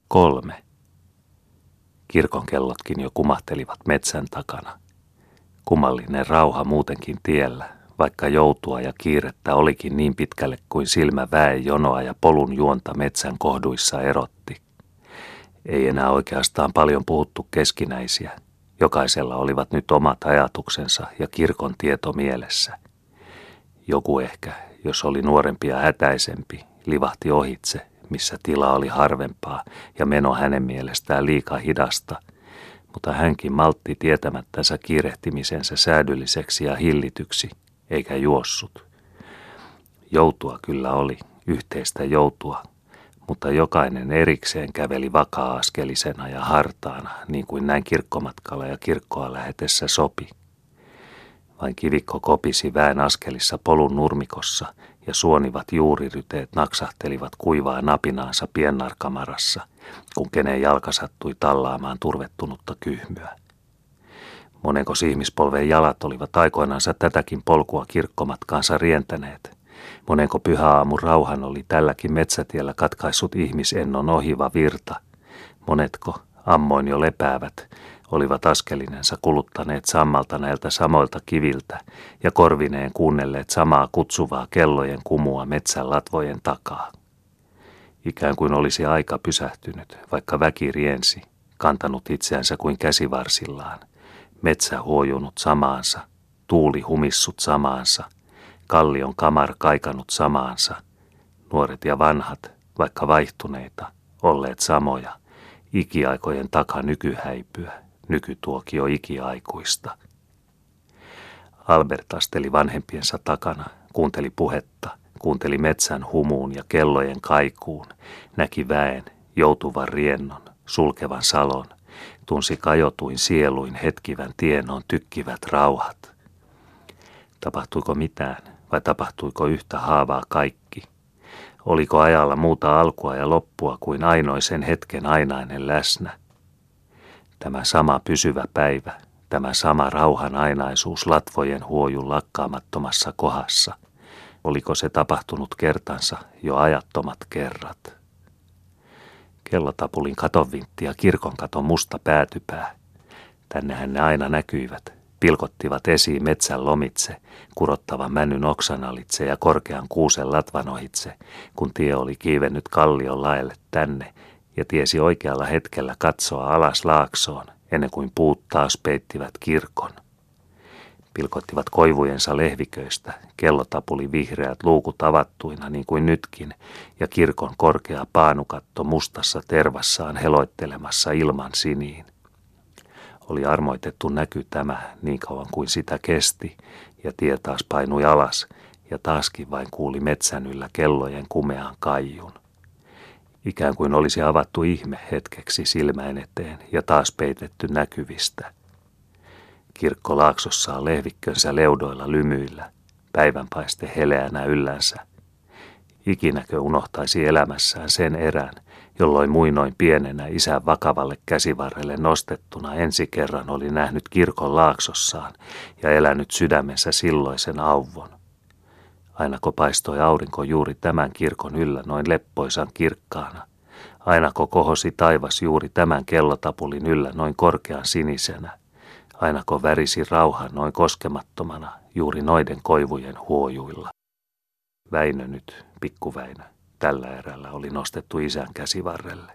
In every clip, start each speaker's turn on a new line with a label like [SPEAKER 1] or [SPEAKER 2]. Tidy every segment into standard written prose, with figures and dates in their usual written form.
[SPEAKER 1] 3. Kirkonkellotkin jo kumahtelivat metsän takana. Kummallinen rauha muutenkin tiellä, vaikka joutua ja kiirettä olikin niin pitkälle kuin silmä väen jonoa ja polun juonta metsän kohduissa erotti. Ei enää oikeastaan paljon puhuttu keskinäisiä. Jokaisella olivat nyt omat ajatuksensa ja kirkon tieto mielessä. Joku ehkä, jos oli nuorempi ja hätäisempi, livahti ohitse, missä tila oli harvempaa ja meno hänen mielestään liika hidasta, mutta hänkin maltti tietämättänsä kiirehtimisensä säädylliseksi ja hillityksi, eikä juossut. Joutua kyllä oli, yhteistä joutua, mutta jokainen erikseen käveli vakaa-askelisena ja hartaana, niin kuin näin kirkkomatkalla ja kirkkoa lähetessä sopi. Vain kivikko kopisi väen askelissa polun nurmikossa ja suonivat juuriryteet naksahtelivat kuivaa napinaansa piennarkamarassa, kun kenen jalka sattui tallaamaan turvettunutta kyhmyä. Monenkos ihmispolven jalat olivat aikoinansa tätäkin polkua kirkkomatkaansa rientäneet. Monenko pyhäaamun rauhan oli tälläkin metsätiellä katkaissut ihmisennon ohiva virta. Monetko, ammoin jo lepäävät, olivat askelinensa kuluttaneet sammalta näiltä samoilta kiviltä ja korvineen kuunnelleet samaa kutsuvaa kellojen kumua metsän latvojen takaa. Ikään kuin olisi aika pysähtynyt, vaikka väki riensi, kantanut itseänsä kuin käsivarsillaan, metsä huojunut samaansa, tuuli humissut samaansa, kallion kamar kaikanut samaansa, nuoret ja vanhat, vaikka vaihtuneita, olleet samoja, ikiaikojen taka nykyhäipyä, nykytuokio ikiaikuista. Albert asteli vanhempiensa takana, kuunteli puhetta, kuunteli metsän humuun ja kellojen kaikuun, näki väen, joutuvan riennon, sulkevan salon, tunsi kajotuin sieluin hetkivän tienoon tykkivät rauhat. Tapahtuiko mitään vai tapahtuiko yhtä haavaa kaikki? Oliko ajalla muuta alkua ja loppua kuin ainoisen hetken ainainen läsnä? Tämä sama pysyvä päivä, tämä sama rauhan ainaisuus latvojen huojun lakkaamattomassa kohdassa. Oliko se tapahtunut kertansa jo ajattomat kerrat? Kellotapulin katonvintti ja kirkon katon musta päätypää. Tännehän ne aina näkyivät. Pilkottivat esiin metsän lomitse, kurottavan männyn oksanalitse ja korkean kuusen latvan ohitse, kun tie oli kiivennyt kallion laelle tänne ja tiesi oikealla hetkellä katsoa alas laaksoon, ennen kuin puut taas peittivät kirkon. Pilkottivat koivujensa lehviköistä, kellotapuli vihreät luukut avattuina niin kuin nytkin, ja kirkon korkea paanukatto mustassa tervassaan heloittelemassa ilman siniin. Oli armoitettu näky tämä niin kauan kuin sitä kesti, ja tie taas painui alas, ja taaskin vain kuuli metsän yllä kellojen kumean kaijun. Ikään kuin olisi avattu ihme hetkeksi silmäin eteen ja taas peitetty näkyvistä. Kirkko laaksossaan lehvikkönsä leudoilla lymyillä, päivänpaiste heleänä yllänsä. Ikinäkö unohtaisi elämässään sen erän, jolloin muinoin pienenä isän vakavalle käsivarrelle nostettuna ensi kerran oli nähnyt kirkon laaksossaan ja elänyt sydämensä silloisen auvon. Ainako paistoi aurinko juuri tämän kirkon yllä noin leppoisan kirkkaana, ainako kohosi taivas juuri tämän kellotapulin yllä noin korkean sinisenä, ainako värisi rauha noin koskemattomana juuri noiden koivujen huojuilla. Väinö nyt, pikku Väinö, tällä erällä oli nostettu isän käsivarrelle.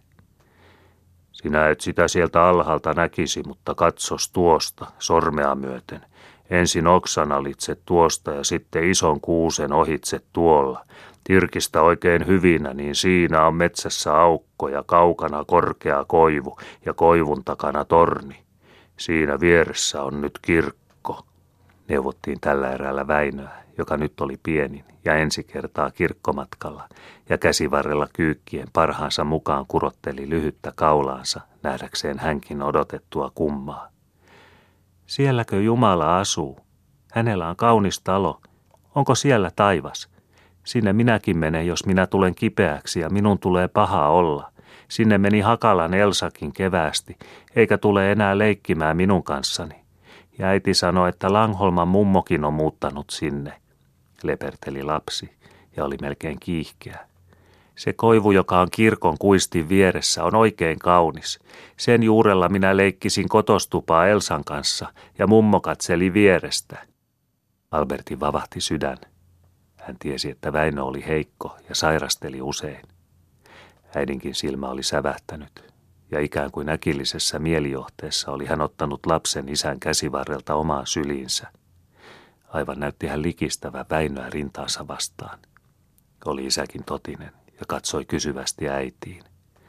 [SPEAKER 1] Sinä et sitä sieltä alhaalta näkisi, mutta katsos tuosta, sormea myöten. Ensin oksanalitse tuosta ja sitten ison kuusen ohitse tuolla. Tirkistä oikein hyvinä, niin siinä on metsässä aukko ja kaukana korkea koivu ja koivun takana torni. Siinä vieressä on nyt kirkko. Neuvottiin tällä eräällä Väinöä, joka nyt oli pienin ja ensi kertaa kirkkomatkalla ja käsivarrella kyykkien parhaansa mukaan kurotteli lyhyttä kaulaansa nähdäkseen hänkin odotettua kummaa. Sielläkö Jumala asuu? Hänellä on kaunis talo. Onko siellä taivas? Sinne minäkin menen, jos minä tulen kipeäksi ja minun tulee paha olla. Sinne meni Hakalan Elsakin keväästi, eikä tule enää leikkimään minun kanssani. Ja äiti sanoi, että Langholman mummokin on muuttanut sinne, leperteli lapsi ja oli melkein kiihkeä. Se koivu, joka on kirkon kuistin vieressä, on oikein kaunis. Sen juurella minä leikkisin kotostupaa Elsan kanssa ja mummo katseli vierestä. Albertin vavahti sydän. Hän tiesi, että Väinö oli heikko ja sairasteli usein. Äidinkin silmä oli sävähtänyt, ja ikään kuin äkillisessä mielijohteessa oli hän ottanut lapsen isän käsivarrelta omaan syliinsä. Aivan näytti hän likistävän Väinöä rintaansa vastaan. Oli isäkin totinen ja katsoi kysyvästi äitiin.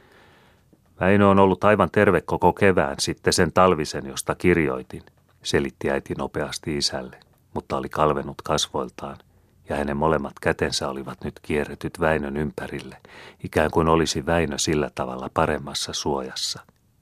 [SPEAKER 1] Väinö on ollut aivan terve koko kevään, sitten sen talvisen, josta kirjoitin, selitti äiti nopeasti isälle, mutta oli kalvenut kasvoiltaan, ja hänen molemmat kätensä olivat nyt kierretyt Väinön ympärille, ikään kuin olisi Väinö sillä tavalla paremmassa suojassa.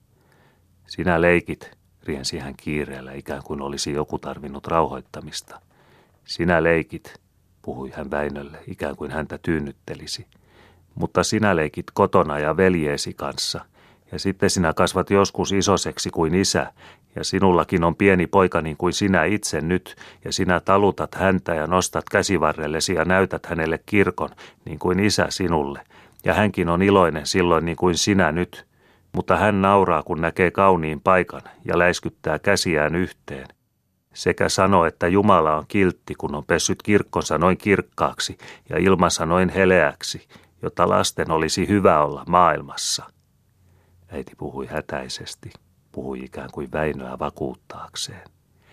[SPEAKER 1] Sinä leikit, riensi hän kiireellä, ikään kuin olisi joku tarvinnut rauhoittamista. Sinä leikit, puhui hän Väinölle, ikään kuin häntä tyynnyttelisi. Mutta sinä leikit kotona ja veljeesi kanssa, ja sitten sinä kasvat joskus isoseksi kuin isä, ja sinullakin on pieni poika niin kuin sinä itse nyt, ja sinä talutat häntä ja nostat käsivarrellesi ja näytät hänelle kirkon, niin kuin isä sinulle, ja hänkin on iloinen silloin niin kuin sinä nyt, mutta hän nauraa, kun näkee kauniin paikan ja läiskyttää käsiään yhteen. Sekä sanoo, että Jumala on kiltti, kun on pessyt kirkkonsa noin kirkkaaksi ja ilmansa noin heleäksi, jotta lasten olisi hyvä olla maailmassa. Äiti puhui hätäisesti, puhui ikään kuin Väinöä vakuuttaakseen.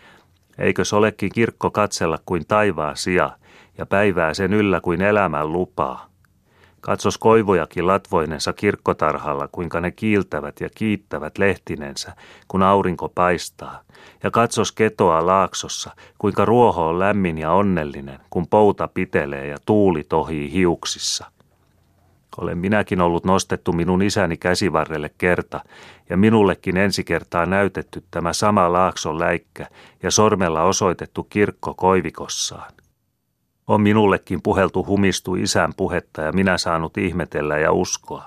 [SPEAKER 1] Eikös olekin kirkko katsella kuin taivaan sija ja päivää sen yllä kuin elämän lupaa? Katsos koivujakin latvoinensa kirkkotarhalla, kuinka ne kiiltävät ja kiittävät lehtinensä, kun aurinko paistaa. Ja katsos ketoa laaksossa, kuinka ruoho on lämmin ja onnellinen, kun pouta pitelee ja tuuli tohii hiuksissa. Olen minäkin ollut nostettu minun isäni käsivarrelle kerta, ja minullekin ensi kertaa näytetty tämä sama laakson läikkä ja sormella osoitettu kirkko koivikossaan. On minullekin puheltu humistu isän puhetta ja minä saanut ihmetellä ja uskoa.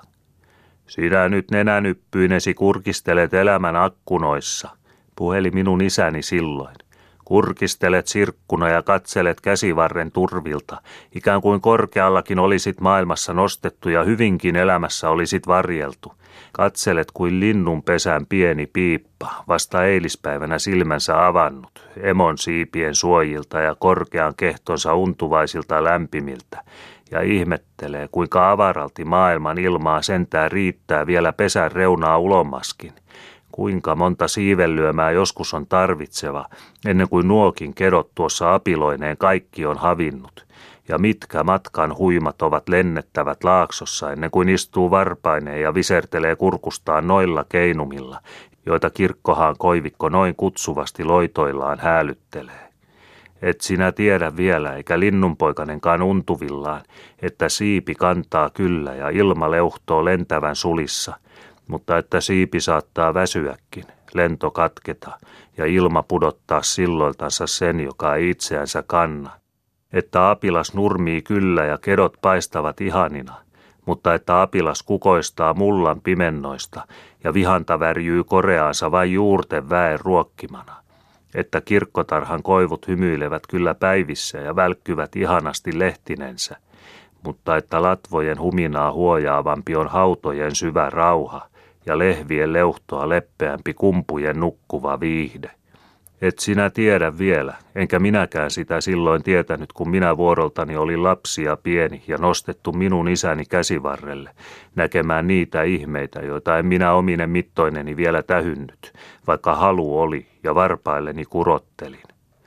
[SPEAKER 1] Sinä nyt nenänyppyinesi kurkistelet elämän akkunoissa, puheli minun isäni silloin. Kurkistelet sirkkuna ja katselet käsivarren turvilta, ikään kuin korkeallakin olisit maailmassa nostettu ja hyvinkin elämässä olisit varjeltu. Katselet kuin linnun pesän pieni piippa, vasta eilispäivänä silmänsä avannut, emon siipien suojilta ja korkean kehtonsa untuvaisilta lämpimiltä, ja ihmettelee, kuinka avaralti maailman ilmaa sentään riittää vielä pesän reunaa ulommaskin. Kuinka monta siivenlyömää joskus on tarvitseva, ennen kuin nuokin kedot tuossa apiloineen kaikki on havinnut, ja mitkä matkan huimat ovat lennettävät laaksossa ennen kuin istuu varpaineen ja visertelee kurkustaan noilla keinumilla, joita kirkkohaan koivikko noin kutsuvasti loitoillaan häälyttelee. Et sinä tiedä vielä, eikä linnunpoikanenkaan untuvillaan, että siipi kantaa kyllä ja ilma leuhtoo lentävän sulissa, mutta että siipi saattaa väsyäkin, lento katketa ja ilma pudottaa silloiltansa sen, joka ei itseänsä kanna. Että apilas nurmii kyllä ja kedot paistavat ihanina, mutta että apilas kukoistaa mullan pimennoista ja vihanta värjyy koreaansa vain juurten väen ruokkimana. Että kirkkotarhan koivut hymyilevät kyllä päivissä ja välkkyvät ihanasti lehtinensä, mutta että latvojen huminaa huojaavampi on hautojen syvä rauha ja lehvien leuhtoa leppeämpi kumpujen nukkuva viihde. Et sinä tiedä vielä, enkä minäkään sitä silloin tietänyt, kun minä vuoroltani olin lapsi ja pieni ja nostettu minun isäni käsivarrelle, näkemään niitä ihmeitä, joita en minä omine mittoineni vielä tähynnyt, vaikka halu oli ja varpailleni kurottelin.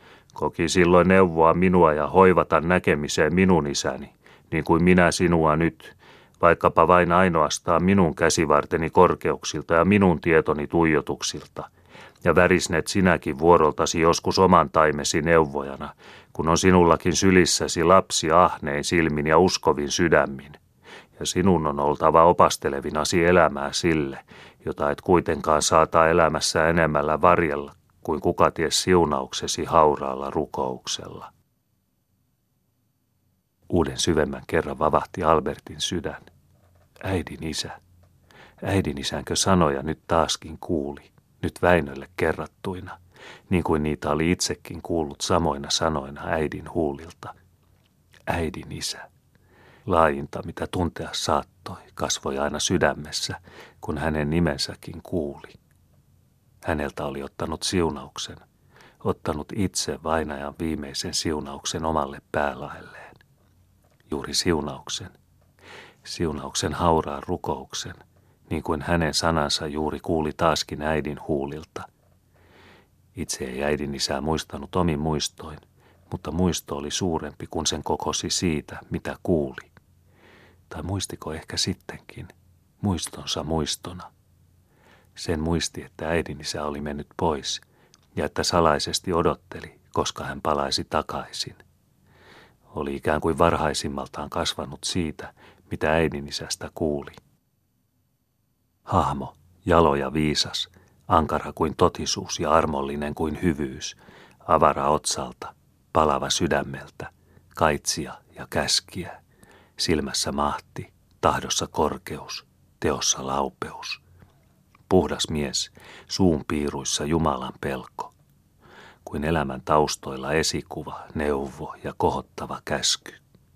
[SPEAKER 1] Koki silloin neuvoa minua ja hoivata näkemiseen minun isäni, niin kuin minä sinua nyt, vaikkapa vain ainoastaan minun käsivarteni korkeuksilta ja minun tietoni tuijotuksilta, ja värisnet sinäkin vuoroltasi joskus oman taimesi neuvojana, kun on sinullakin sylissäsi lapsi ahnein silmin ja uskovin sydämin, ja sinun on oltava opastelevinasi elämää sille, jota et kuitenkaan saata elämässä enemmällä varjella kuin kukaties siunauksesi hauraalla rukouksella. Uuden syvemmän kerran vavahti Albertin sydän. Äidin isä. Äidin isänkö sanoja nyt taaskin kuuli, nyt Väinölle kerrattuina, niin kuin niitä oli itsekin kuullut samoina sanoina äidin huulilta. Äidin isä. Laajinta, mitä tuntea saattoi, kasvoi aina sydämessä, kun hänen nimensäkin kuuli. Häneltä oli ottanut siunauksen, ottanut itse vainajan viimeisen siunauksen omalle päälaelleen. Juuri siunauksen hauraan rukouksen, niin kuin hänen sanansa juuri kuuli taaskin äidin huulilta. Itse ei äidin isää muistanut omin muistoin, mutta muisto oli suurempi, kun sen kokosi siitä, mitä kuuli. Tai muistiko ehkä sittenkin, muistonsa muistona. Sen muisti, että äidin isä oli mennyt pois ja että salaisesti odotteli, koska hän palaisi takaisin. Oli ikään kuin varhaisimmaltaan kasvanut siitä, mitä äidin isästä kuuli. Hahmo, jalo ja viisas, ankara kuin totisuus ja armollinen kuin hyvyys, avara otsalta, palava sydämeltä, kaitsija ja käskiä, silmässä mahti, tahdossa korkeus, teossa laupeus. Puhdas mies, suun piiruissa Jumalan pelko, kuin elämän taustoilla esikuva, neuvo ja kohottava käsky.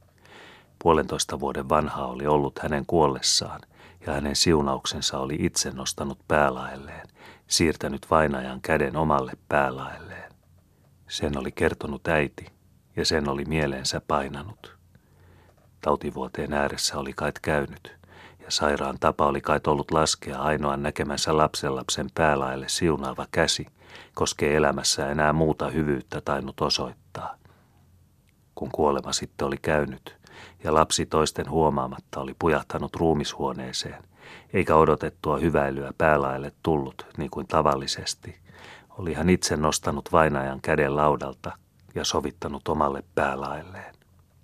[SPEAKER 1] 1,5 vuoden vanha oli ollut hänen kuollessaan, ja hänen siunauksensa oli itse nostanut päälaelleen, siirtänyt vainajan käden omalle päälaelleen. Sen oli kertonut äiti, ja sen oli mieleensä painanut. Tautivuoteen ääressä oli kait käynyt, ja sairaan tapa oli kait ollut laskea ainoan näkemänsä lapsenlapsen päälaelle siunaava käsi, koskee elämässä enää muuta hyvyyttä tainnut osoittaa. Kun kuolema sitten oli käynyt, ja lapsi toisten huomaamatta oli pujahtanut ruumishuoneeseen, eikä odotettua hyväilyä päälaelle tullut niin kuin tavallisesti, oli hän itse nostanut vainajan käden laudalta ja sovittanut omalle päälaelleen.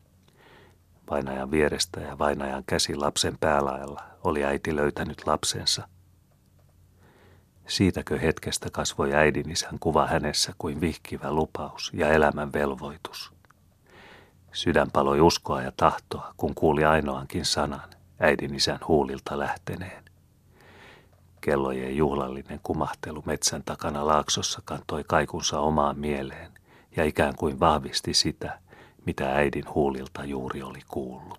[SPEAKER 1] Vainajan vierestä ja vainajan käsi lapsen päälaella oli äiti löytänyt lapsensa. Siitäkö hetkestä kasvoi äidin isän kuva hänessä kuin vihkivä lupaus ja elämän velvoitus. Sydän paloi uskoa ja tahtoa, kun kuuli ainoankin sanan, äidin isän huulilta lähteneen. Kellojen juhlallinen kumahtelu metsän takana laaksossa kantoi kaikunsa omaan mieleen ja ikään kuin vahvisti sitä, mitä äidin huulilta juuri oli kuullut.